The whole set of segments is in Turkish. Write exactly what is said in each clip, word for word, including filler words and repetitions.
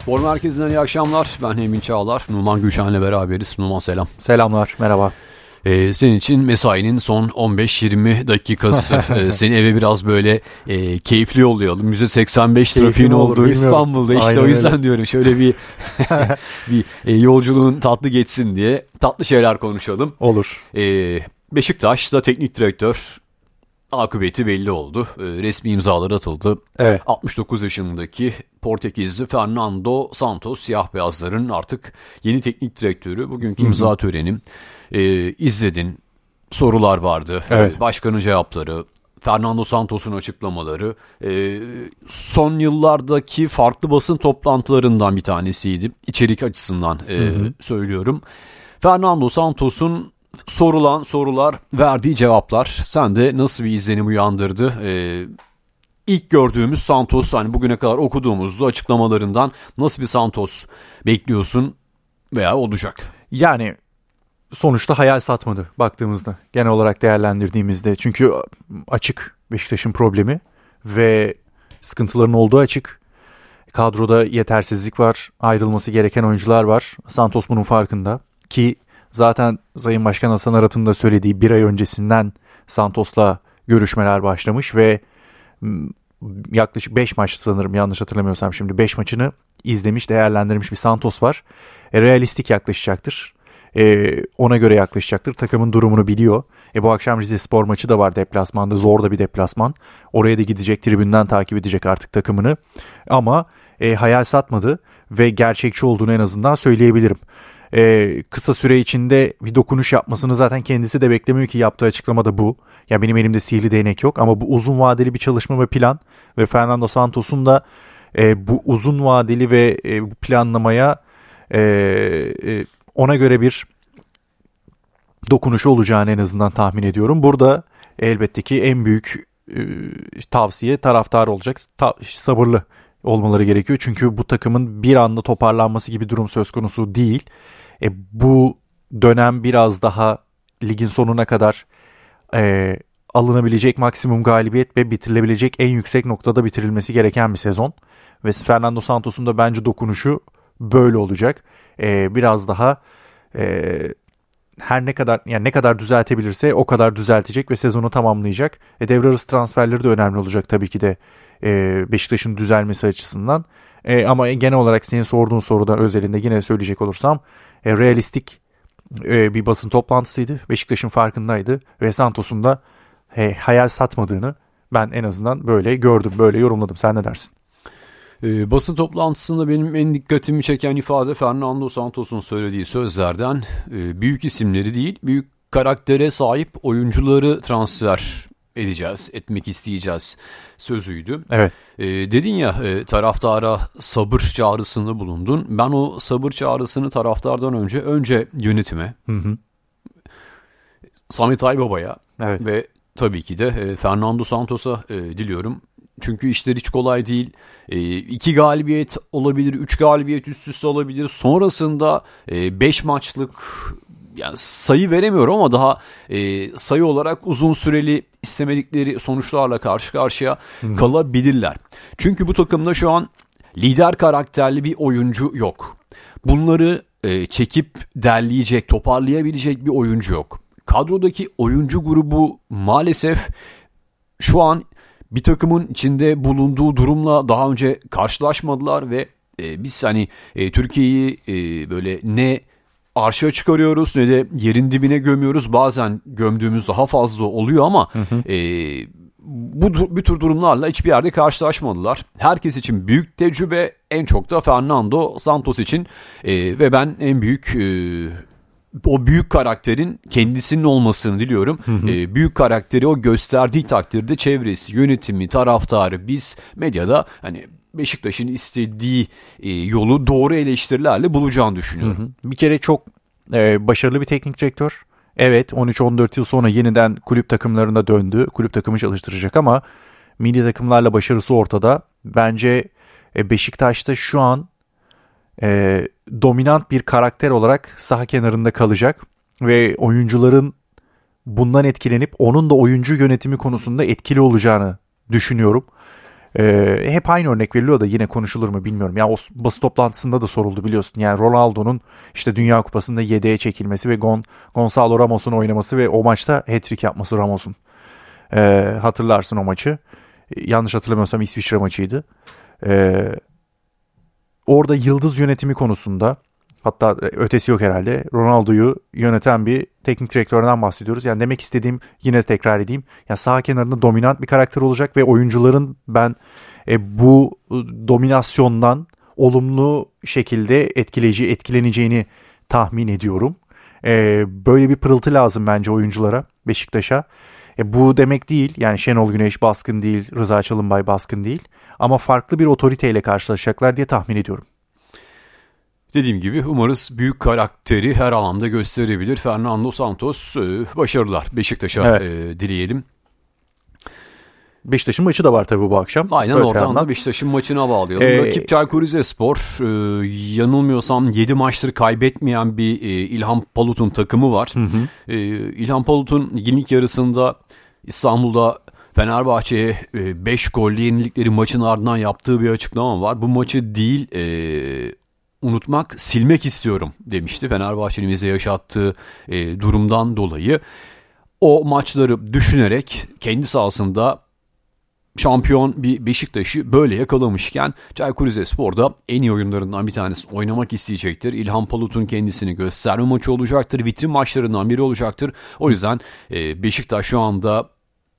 Spor Merkezi'nden iyi akşamlar. Ben Emin Çağlar. Numan Gülşen'le beraberiz. Numan selam. Selamlar, merhaba. Ee, senin için mesainin son on beş yirmi dakikası. ee, seni eve biraz böyle e, keyifli yollayalım. yüzde seksen beş trafiğin olduğu bilmiyorum. İstanbul'da işte Aynen o yüzden öyle. diyorum şöyle bir bir e, yolculuğun tatlı geçsin diye tatlı şeyler konuşalım. Olur. Ee, Beşiktaş'ta teknik direktör akıbeti belli oldu. Ee, resmi imzalar atıldı. Evet. altmış dokuz yaşındaki Portekizli Fernando Santos siyah beyazların artık yeni teknik direktörü. Bugünkü imza töreni e, izledin. Sorular vardı. Evet. Başkanın cevapları. Fernando Santos'un açıklamaları. E, son yıllardaki farklı basın toplantılarından bir tanesiydi. İçerik açısından e, hı hı. söylüyorum. Fernando Santos'un sorulan sorular, verdiği cevaplar sende nasıl bir izlenim uyandırdı? Ee, ilk gördüğümüz Santos, hani bugüne kadar okuduğumuzda açıklamalarından nasıl bir Santos bekliyorsun veya olacak? Yani sonuçta hayal satmadı baktığımızda, genel olarak değerlendirdiğimizde. Çünkü açık Beşiktaş'ın problemi ve sıkıntıların olduğu açık. Kadroda yetersizlik var, ayrılması gereken oyuncular var. Santos bunun farkında ki zaten Sayın Başkan Hasan Arat'ın da söylediği bir ay öncesinden Santos'la görüşmeler başlamış ve yaklaşık beş maç, sanırım yanlış hatırlamıyorsam şimdi beş maçını izlemiş, değerlendirmiş bir Santos var. E, realistik yaklaşacaktır. E, ona göre yaklaşacaktır. Takımın durumunu biliyor. E, bu akşam Rizespor maçı da var deplasmanda. Zor da bir deplasman. Oraya da gidecek, tribünden takip edecek artık takımını. Ama e, hayal satmadı ve gerçekçi olduğunu en azından söyleyebilirim. Ee, kısa süre içinde bir dokunuş yapmasını zaten kendisi de beklemiyor ki, yaptığı açıklamada bu. Ya benim elimde sihirli değnek yok ama bu uzun vadeli bir çalışma ve plan ve Fernando Santos'un da e, bu uzun vadeli ve e, bu planlamaya e, e, ona göre bir dokunuşu olacağını en azından tahmin ediyorum. Burada elbette ki en büyük e, tavsiye taraftar olacak. Ta- sabırlı olmaları gerekiyor. Çünkü bu takımın bir anda toparlanması gibi durum söz konusu değil. E, bu dönem biraz daha ligin sonuna kadar e, alınabilecek maksimum galibiyet ve bitirilebilecek en yüksek noktada bitirilmesi gereken bir sezon. Ve Fernando Santos'un da bence dokunuşu böyle olacak. E, biraz daha e, her ne kadar yani ne kadar düzeltebilirse o kadar düzeltecek ve sezonu tamamlayacak. E, devre arası transferleri de önemli olacak tabii ki de e, Beşiktaş'ın düzelmesi açısından. E, ama genel olarak senin sorduğun soruda özelinde yine söyleyecek olursam e, realistik e, bir basın toplantısıydı. Beşiktaş'ın farkındaydı ve Santos'un da e, hayal satmadığını ben en azından böyle gördüm, böyle yorumladım. Sen ne dersin? E, basın toplantısında benim en dikkatimi çeken ifade Fernando Santos'un söylediği sözlerden e, büyük isimleri değil, büyük karaktere sahip oyuncuları transfer edeceğiz, etmek isteyeceğiz sözüydü. Evet. E, dedin ya e, taraftara sabır çağrısında bulundun. Ben o sabır çağrısını taraftardan önce önce yönetime, hı hı. Samet Aybaba'ya evet. ve tabii ki de e, Fernando Santos'a e, diliyorum. Çünkü işler hiç kolay değil. E, iki galibiyet olabilir, üç galibiyet üst üste olabilir. Sonrasında e, beş maçlık, yani sayı veremiyorum ama daha e, sayı olarak uzun süreli istemedikleri sonuçlarla karşı karşıya hmm. kalabilirler. Çünkü bu takımda şu an lider karakterli bir oyuncu yok. Bunları e, çekip derleyecek, toparlayabilecek bir oyuncu yok. Kadrodaki oyuncu grubu maalesef şu an bir takımın içinde bulunduğu durumla daha önce karşılaşmadılar ve e, biz hani e, Türkiye'yi e, böyle ne arşa çıkarıyoruz ne de yerin dibine gömüyoruz. Bazen gömdüğümüz daha fazla oluyor ama hı hı. E, bu, bu tür durumlarla hiçbir yerde karşılaşmadılar. Herkes için büyük tecrübe, en çok da Fernando Santos için e, ve ben en büyük e, o büyük karakterin kendisinin olmasını diliyorum. Hı hı. E, büyük karakteri o gösterdiği takdirde çevresi, yönetimi, taraftarı, biz medyada hani Beşiktaş'ın istediği e, yolu doğru eleştirilerle bulacağını düşünüyorum. Hı hı. Bir kere çok e, başarılı bir teknik direktör. Evet, on üç on dört yıl sonra yeniden kulüp takımlarına döndü. Kulüp takımı çalıştıracak ama milli takımlarla başarısı ortada. Bence e, Beşiktaş'ta şu an e, dominant bir karakter olarak saha kenarında kalacak ve oyuncuların bundan etkilenip onun da oyuncu yönetimi konusunda etkili olacağını düşünüyorum. Ee, hep aynı örnek veriliyor da yine konuşulur mu bilmiyorum. Ya o basın toplantısında da soruldu biliyorsun. Yani Ronaldo'nun işte Dünya Kupası'nda yedeğe çekilmesi ve Gon, Gonzalo Ramos'un oynaması ve o maçta hat-trick yapması Ramos'un. Ee, hatırlarsın o maçı. Yanlış hatırlamıyorsam İsviçre maçıydı. Ee, orada yıldız yönetimi konusunda, hatta ötesi yok herhalde, Ronaldo'yu yöneten bir teknik direktörden bahsediyoruz. Yani demek istediğim, yine tekrar edeyim, ya sağ kenarında dominant bir karakter olacak ve oyuncuların ben e, bu dominasyondan olumlu şekilde etkileyici etkileneceğini tahmin ediyorum. E, böyle bir pırıltı lazım bence oyunculara, Beşiktaş'a. E, bu demek değil yani Şenol Güneş baskın değil, Rıza Çalınbay baskın değil, ama farklı bir otoriteyle karşılaşacaklar diye tahmin ediyorum. Dediğim gibi umarız büyük karakteri her alanda gösterebilir Fernando Santos. Başarılar Beşiktaş'a evet. e, dileyelim. Beşiktaş'ın maçı da var tabii bu akşam. Aynen, Öte oradan yandan da Beşiktaş'ın maçına bağlayalım. Ee, Rakip Çaykur Rizespor, e, yanılmıyorsam yedi maçtır kaybetmeyen bir e, İlhan Palut'un takımı var. Hı hı. E, İlhan Palut'un ligin ilk yarısında İstanbul'da Fenerbahçe'ye beş gollü yenilikleri maçın ardından yaptığı bir açıklama var. Bu maçı değil e, unutmak, silmek istiyorum demişti. Fenerbahçe'nin bize yaşattığı e, durumdan dolayı. O maçları düşünerek kendi sahasında şampiyon bir Beşiktaş'ı böyle yakalamışken Çaykur Rizespor'da en iyi oyunlarından bir tanesi oynamak isteyecektir. İlhan Palut'un kendisini gösterme maçı olacaktır. Vitrin maçlarından biri olacaktır. O yüzden e, Beşiktaş şu anda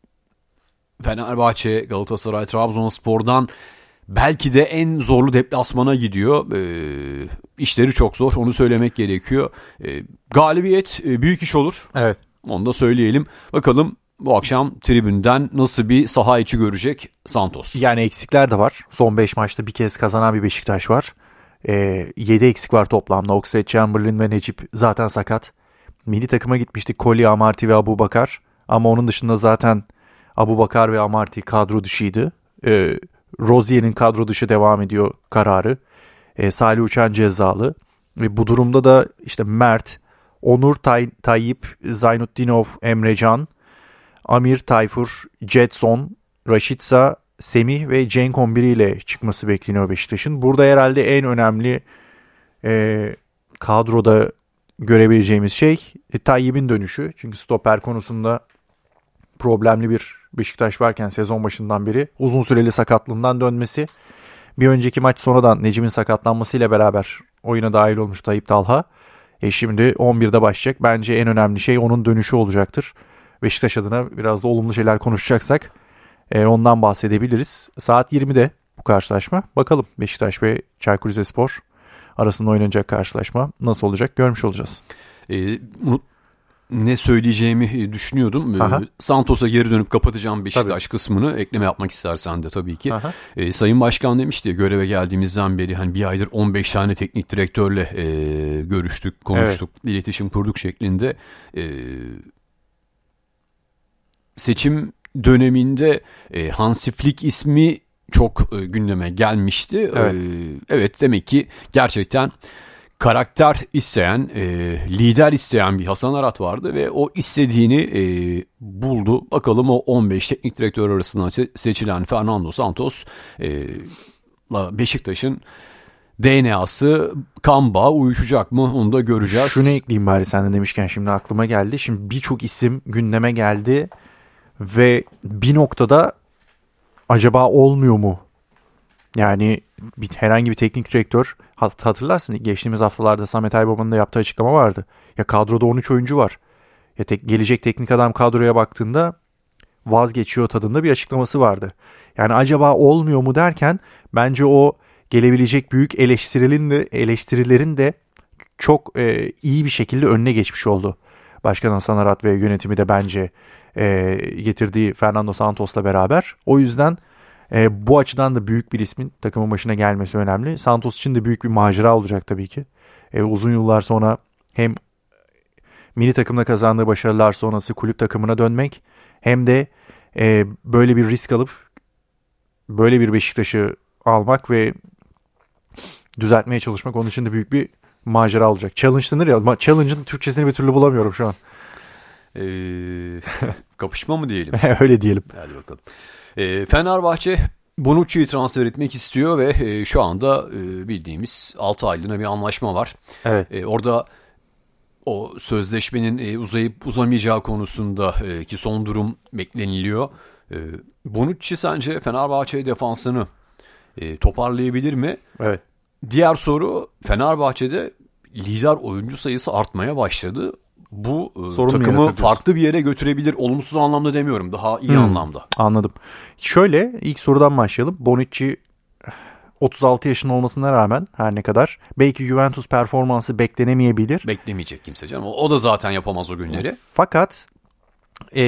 Fenerbahçe, Galatasaray, Trabzonspor'dan belki de en zorlu deplasmana gidiyor. E, işleri çok zor, onu söylemek gerekiyor. E, galibiyet e, büyük iş olur. Evet. Onu da söyleyelim. Bakalım bu akşam tribünden nasıl bir saha içi görecek Santos? Yani eksikler de var. Son beş maçta bir kez kazanan bir Beşiktaş var. E, yedi eksik var toplamda. Oxlade-Chamberlain ve Necip zaten sakat. Milli takıma gitmiştik. Koli, Amarty ve Abubakar. Ama onun dışında zaten Abubakar ve Amarty kadro dışıydı. E, Rozier'in kadro dışı devam ediyor kararı. E, Salih Uçan cezalı. Ve bu durumda da işte Mert, Onur Tay- Tayyip, Zaynutdinov, Emrecan, Amir, Tayfur, Jetson, Raşitsa, Semih ve Cenk on bir ile çıkması bekleniyor Beşiktaş'ın. Burada herhalde en önemli e, kadroda görebileceğimiz şey e, Tayyip'in dönüşü. Çünkü stoper konusunda problemli bir Beşiktaş varken sezon başından beri uzun süreli sakatlığından dönmesi. Bir önceki maç sonradan Necip'in sakatlanmasıyla beraber oyuna dahil olmuş Tayyip Talha. E şimdi on birde başlayacak. Bence en önemli şey onun dönüşü olacaktır. Beşiktaş adına biraz da olumlu şeyler konuşacaksak e, ondan bahsedebiliriz. Saat yirmide bu karşılaşma. Bakalım Beşiktaş ve Çaykur Rizespor arasında oynanacak karşılaşma nasıl olacak görmüş olacağız. E, ne söyleyeceğimi düşünüyordum. Aha. Santos'a geri dönüp kapatacağım Beşiktaş tabii. kısmını. Ekleme yapmak istersen de tabii ki. E, Sayın Başkan demişti göreve geldiğimizden beri hani bir aydır on beş tane teknik direktörle e, görüştük, konuştuk, evet. iletişim kurduk şeklinde. E, seçim döneminde e, Hansi Flick ismi çok e, gündeme gelmişti. Evet. E, evet demek ki gerçekten karakter isteyen, e, lider isteyen bir Hasan Arat vardı ve o istediğini e, buldu. Bakalım o on beş teknik direktör arasından seçilen Fernando Santos e, Beşiktaş'ın D N A'sı, kan bağı uyuşacak mı onu da göreceğiz. Şunu ekleyeyim bari senden demişken şimdi aklıma geldi. Şimdi birçok isim gündeme geldi ve bir noktada acaba olmuyor mu? Yani bir, herhangi bir teknik direktör, hatırlarsın geçtiğimiz haftalarda Samet Aybaba'nın da yaptığı açıklama vardı. Ya kadroda on üç oyuncu var. Ya tek, gelecek teknik adam kadroya baktığında vazgeçiyor tadında bir açıklaması vardı. Yani acaba olmuyor mu derken bence o gelebilecek büyük eleştirilerin de, eleştirilerin de çok e, iyi bir şekilde önüne geçmiş oldu. Başkan Hasan Arat ve yönetimi de bence e, getirdiği Fernando Santos'la beraber. O yüzden E, bu açıdan da büyük bir ismin takımın başına gelmesi önemli. Santos için de büyük bir macera olacak tabii ki. E, uzun yıllar sonra hem milli takımda kazandığı başarılar sonrası kulüp takımına dönmek hem de e, böyle bir risk alıp böyle bir Beşiktaş'ı almak ve düzeltmeye çalışmak onun için de büyük bir macera olacak. Challenge denir ya. Challenge'ın Türkçesini bir türlü bulamıyorum şu an. Ee, kapışma mı diyelim? Öyle diyelim. Hadi bakalım. E, Fenerbahçe Bonucci'yi transfer etmek istiyor ve e, şu anda e, bildiğimiz altı aylığına bir anlaşma var. Evet. E, orada o sözleşmenin e, uzayıp uzamayacağı konusunda e, ki son durum bekleniliyor. E, Bonucci sence Fenerbahçe defansını e, toparlayabilir mi? Evet. Diğer soru, Fenerbahçe'de lider oyuncu sayısı artmaya başladı. Bu e, Sorun takımı farklı bir yere götürebilir. Olumsuz anlamda demiyorum. Daha iyi hmm, anlamda. Anladım. Şöyle ilk sorudan başlayalım. Bonucci otuz altı yaşında olmasına rağmen her ne kadar belki Juventus performansı beklenemeyebilir. Beklemeyecek kimse canım. O, o da zaten yapamaz o günleri. Fakat e,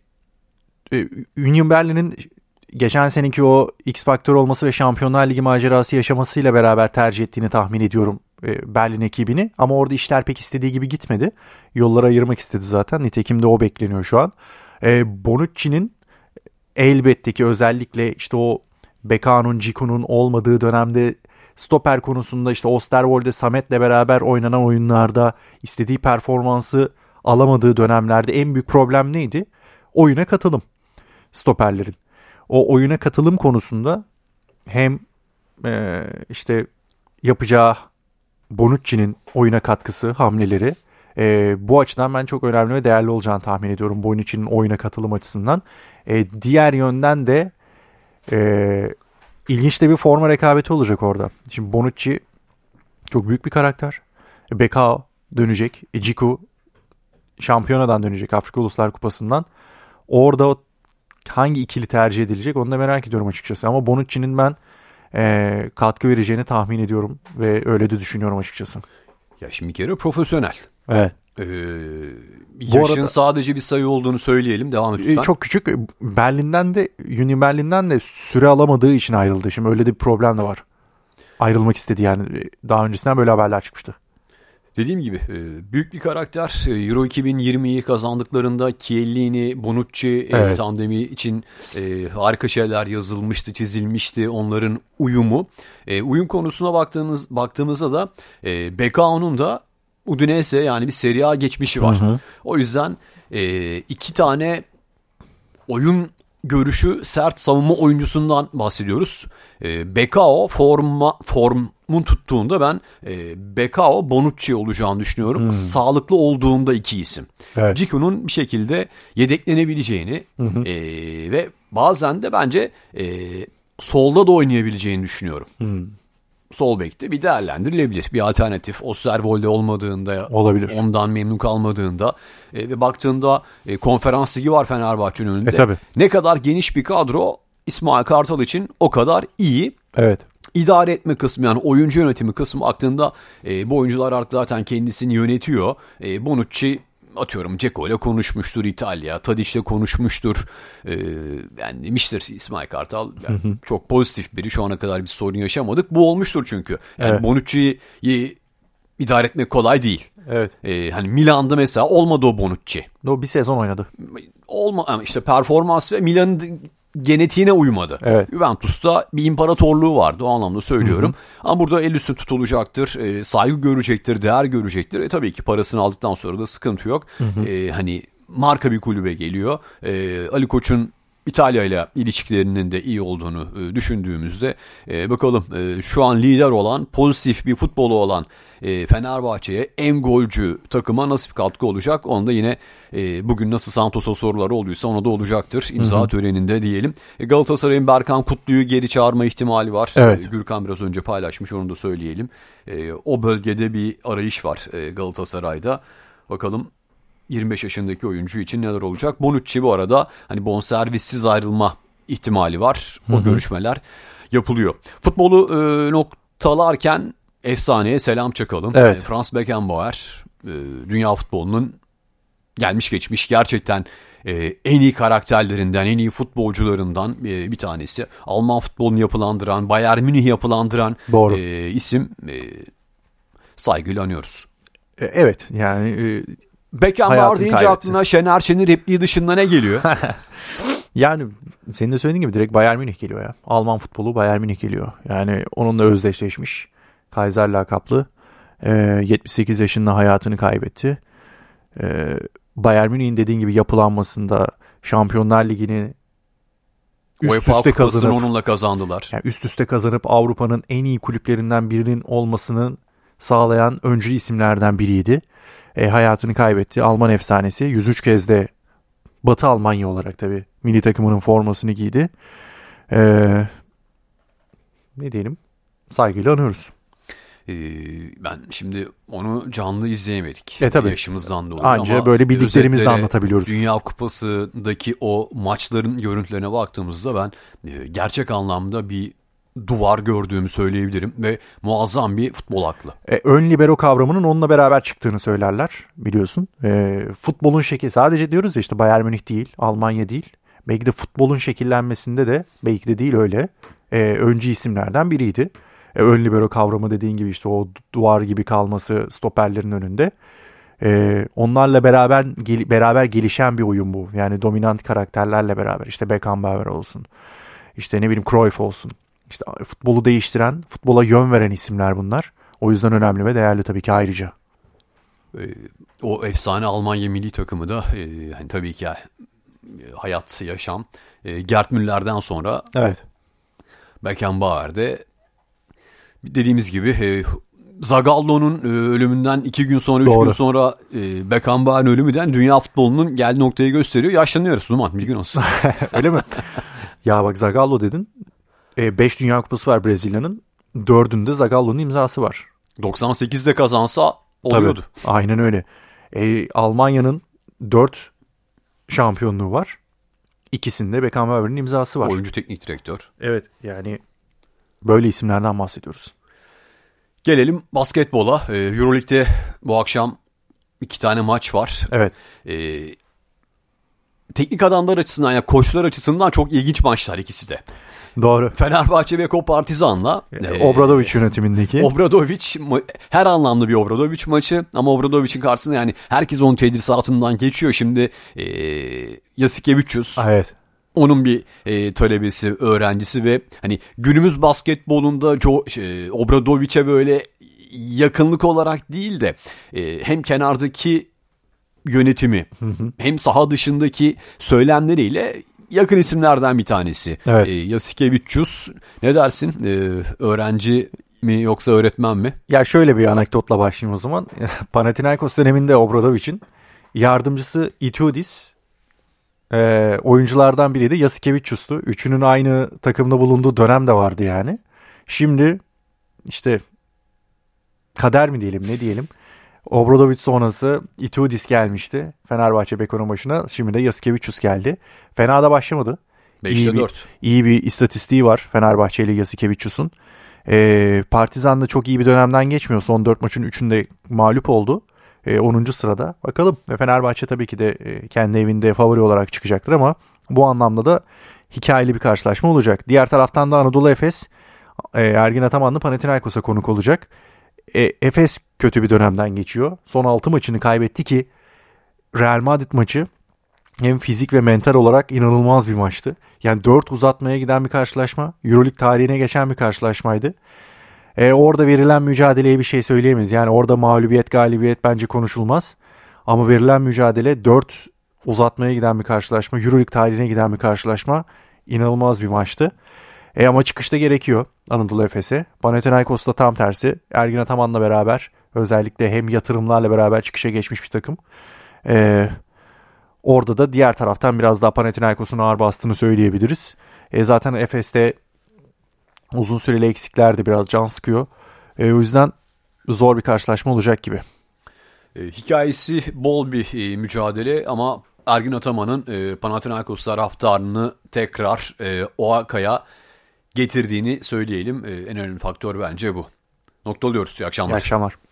e, Union Berlin'in geçen seneki o X faktör olması ve Şampiyonlar Ligi macerası yaşamasıyla beraber tercih ettiğini tahmin ediyorum e, Berlin ekibini. Ama orada işler pek istediği gibi gitmedi. Yolları ayırmak istedi zaten. Nitekim de o bekleniyor şu an. E, Bonucci'nin elbette ki özellikle işte o Bekao'nun, Džiku'nun olmadığı dönemde stoper konusunda işte Osterwolde, Samet'le beraber oynanan oyunlarda istediği performansı alamadığı dönemlerde en büyük problem neydi? Oyuna katılım stoperlerin. O oyuna katılım konusunda hem e, işte yapacağı Bonucci'nin oyuna katkısı, hamleleri e, bu açıdan ben çok önemli ve değerli olacağını tahmin ediyorum Bonucci'nin oyuna katılım açısından. E, diğer yönden de e, ilginç de bir forma rekabeti olacak orada. Şimdi Bonucci çok büyük bir karakter. Bekao dönecek. E, Džiku şampiyonadan dönecek, Afrika Uluslar Kupası'ndan. Orada hangi ikili tercih edilecek onu da merak ediyorum açıkçası. Ama Bonucci'nin ben e, katkı vereceğini tahmin ediyorum ve öyle de düşünüyorum açıkçası. Ya şimdi bir kere profesyonel. Evet. Ee, yaşın arada, sadece bir sayı olduğunu söyleyelim. Devam et lütfen. Çok küçük. Berlin'den de Union Berlin'den de süre alamadığı için ayrıldı. Şimdi öyle de bir problem de var. Ayrılmak istedi yani. Daha öncesinden böyle haberler çıkmıştı. Dediğim gibi büyük bir karakter. Euro iki bin yirmiyi kazandıklarında Chiellini, Bonucci evet. tandemi için harika şeyler yazılmıştı, çizilmişti. Onların uyumu. Uyum konusuna baktığımız, baktığımızda da Bekao'nun da Udinese yani bir Serie A geçmişi var. Hı hı. O yüzden iki tane oyun görüşü sert savunma oyuncusundan bahsediyoruz. E, Bekao forma, formun tuttuğunda ben e, Bekao Bonucci olacağını düşünüyorum. Hmm. Sağlıklı olduğunda iki isim. Evet. Džiku'nun bir şekilde yedeklenebileceğini hmm. e, ve bazen de bence e, solda da oynayabileceğini düşünüyorum. Hmm. Sol bekte bir değerlendirilebilir. Bir alternatif. Osterwolde olmadığında, olabilir. Ondan memnun kalmadığında e, ve baktığında e, konferans ligi var Fenerbahçe'nin önünde. E, tabii. Ne kadar geniş bir kadro İsmail Kartal için o kadar iyi. Evet. İdare etme kısmı yani oyuncu yönetimi kısmı aklında e, bu oyuncular artık zaten kendisini yönetiyor. E, Bonucci atıyorum Dzeko ile konuşmuştur İtalya, Tadic'le konuşmuştur. Ee, yani demiştir İsmail Kartal yani hı hı. çok pozitif biri, şu ana kadar bir sorun yaşamadık. Bu olmuştur çünkü. Yani evet. Bonucci'yi idare etmek kolay değil. Evet. Ee, hani Milan'da mesela olmadı o Bonucci. O bir sezon oynadı. Olma ama işte performans ve Milan'ın genetiğine uymadı. Evet. Juventus'ta bir imparatorluğu vardı, o anlamda söylüyorum. Hı hı. Ama burada el üstü tutulacaktır, e, saygı görecektir, değer görecektir. E, tabii ki parasını aldıktan sonra da sıkıntı yok. Hı hı. E, hani marka bir kulübe geliyor. E, Ali Koç'un İtalya ile ilişkilerinin de iyi olduğunu e, düşündüğümüzde e, bakalım e, şu an lider olan, pozitif bir futbolu olan e, Fenerbahçe'ye en golcü takıma nasıl bir katkı olacak? Onda yine e, bugün nasıl Santos'a soruları olduysa ona da olacaktır. İmza hı hı. töreninde diyelim. E, Galatasaray'ın Berkan Kutlu'yu geri çağırma ihtimali var. Evet. E, Gürkan biraz önce paylaşmış, onu da söyleyelim. E, o bölgede bir arayış var e, Galatasaray'da. Bakalım yirmi beş yaşındaki oyuncu için neler olacak? Bonucci bu arada hani bonservissiz ayrılma ihtimali var. O hı hı. görüşmeler yapılıyor. Futbolu e, noktalarken efsaneye selam çakalım. Evet. Yani Franz Beckenbauer e, dünya futbolunun gelmiş geçmiş gerçekten e, en iyi karakterlerinden, en iyi futbolcularından e, bir tanesi. Alman futbolunu yapılandıran, Bayern Münih yapılandıran e, isim. E, saygıyla anıyoruz. E, evet yani... E... Beckenbauer deyince kaybetti. Aklına Şener Şen'in repliği dışında ne geliyor? Yani senin de söylediğin gibi direkt Bayern Münih geliyor ya. Alman futbolu Bayern Münih geliyor. Yani onunla özdeşleşmiş. Kaiser lakaplı. E, yetmiş sekiz yaşında hayatını kaybetti. E, Bayern Münih'in dediğin gibi yapılanmasında, Şampiyonlar Ligi'ni üst UEFA üste Kupası'nı kazanıp onunla kazandılar. yani üst üste kazanıp Avrupa'nın en iyi kulüplerinden birinin olmasını sağlayan öncü isimlerden biriydi. E, hayatını kaybetti. Alman efsanesi. yüz üç kez de Batı Almanya olarak tabii milli takımının formasını giydi. E, ne diyelim? Saygıyla anıyoruz. Ee, ben şimdi onu canlı izleyemedik. E tabii. Yaşımızdan dolayı. Anca ama böyle bildiklerimizle özetlere, anlatabiliyoruz. Dünya Kupası'ndaki o maçların görüntülerine baktığımızda ben e, gerçek anlamda bir duvar gördüğümü söyleyebilirim ve muazzam bir futbol aklı. E, ön libero kavramının onunla beraber çıktığını söylerler biliyorsun. E, futbolun şekli sadece diyoruz ya işte Bayern Münih değil, Almanya değil. Belki de futbolun şekillenmesinde de belki de değil öyle. E, öncü isimlerden biriydi. E, ön libero kavramı dediğin gibi işte o duvar gibi kalması stoperlerin önünde. E, onlarla beraber gel- beraber gelişen bir oyun bu. Yani dominant karakterlerle beraber işte Beckenbauer olsun. İşte ne bileyim Cruyff olsun. İşte futbolu değiştiren, futbola yön veren isimler bunlar. O yüzden önemli ve değerli tabii ki ayrıca. E, o efsane Almanya milli takımı da e, hani tabii ki ya, hayat, yaşam. E, Gerd Müller'den sonra Evet. Beckenbauer'de dediğimiz gibi e, Zagallo'nun e, ölümünden iki gün sonra, üç Doğru. gün sonra e, Beckenbauer'ın ölümünden dünya futbolunun geldiği noktayı gösteriyor. Yaşlanıyoruz Zuman, bilgin olsun. Öyle mi? Ya bak Zagallo dedin. beş Dünya Kupası var Brezilya'nın. dördünde Zagallo'nun imzası var. doksan sekizde kazansa oluyordu. Tabii, aynen öyle. E, Almanya'nın dört şampiyonluğu var. İkisinde Beckenbauer'in imzası var. Oyuncu teknik direktör. Evet yani böyle isimlerden bahsediyoruz. Gelelim basketbola. E, Euroleague'de bu akşam iki tane maç var. Evet. E, teknik adamlar açısından, yani koçlar açısından çok ilginç maçlar ikisi de. Doğru. Fenerbahçe Beko Partizan'la E, Obradovic yönetimindeki. Obradovic her anlamda bir Obradovic maçı ama Obradovic'in karşısında yani herkes onun tedrisatından geçiyor. Şimdi e, Jasikevicius, Evet. onun bir e, talebesi, öğrencisi ve hani günümüz basketbolunda Joe, e, Obradovic'e böyle yakınlık olarak değil de e, hem kenardaki yönetimi Hı hı. hem saha dışındaki söylemleriyle yakın isimlerden bir tanesi. Evet. E, Jasikevicius, ne dersin? E, öğrenci mi yoksa öğretmen mi? Ya şöyle bir anekdotla başlayayım o zaman. Panathinaikos döneminde Obradovic'in yardımcısı Itoudis e, oyunculardan biriydi. Jasikevicius'tu. Üçünün aynı takımda bulunduğu dönem de vardı yani. Şimdi işte kader mi diyelim ne diyelim. Obradovic sonrası Itoudis gelmişti Fenerbahçe Beko'nun başına. Şimdi de Jasikevicius geldi. Fena da başlamadı. beşte İyi dört. bir, iyi bir istatistiği var Fenerbahçe ile Jasikevicius'un. Ee, Partizan da çok iyi bir dönemden geçmiyor. Son dört maçın üçünde mağlup oldu. Ee, onuncu sırada. Bakalım. Ve Fenerbahçe tabii ki de e, kendi evinde favori olarak çıkacaktır ama bu anlamda da hikayeli bir karşılaşma olacak. Diğer taraftan da Anadolu Efes e, Ergin Atamanlı Panathinaikos'a konuk olacak. E, Efes kötü bir dönemden geçiyor. Son altı maçını kaybetti ki Real Madrid maçı hem fizik ve mental olarak inanılmaz bir maçtı. Yani dört uzatmaya giden bir karşılaşma. Euroleague tarihine geçen bir karşılaşmaydı. E, orada verilen mücadeleye bir şey söyleyemeyiz. Yani orada mağlubiyet galibiyet bence konuşulmaz. Ama verilen mücadele dört uzatmaya giden bir karşılaşma. Euroleague tarihine giden bir karşılaşma. İnanılmaz bir maçtı. E, ama çıkışta gerekiyor Anadolu Efes'e. Panathinaikos'ta tam tersi. Ergin Ataman'la beraber özellikle hem yatırımlarla beraber çıkışa geçmiş bir takım. Eee Orada da diğer taraftan biraz daha Panathinaikos'un ağır bastığını söyleyebiliriz. E zaten Efes'te uzun süreli eksikler de biraz can sıkıyor. E, o yüzden zor bir karşılaşma olacak gibi. E, hikayesi bol bir e, mücadele ama Ergin Ataman'ın e, Panathinaikos taraftarını tekrar e, Oaka'ya getirdiğini söyleyelim. E, en önemli faktör bence bu. Noktalıyoruz. İyi akşamlar. İyi akşamlar.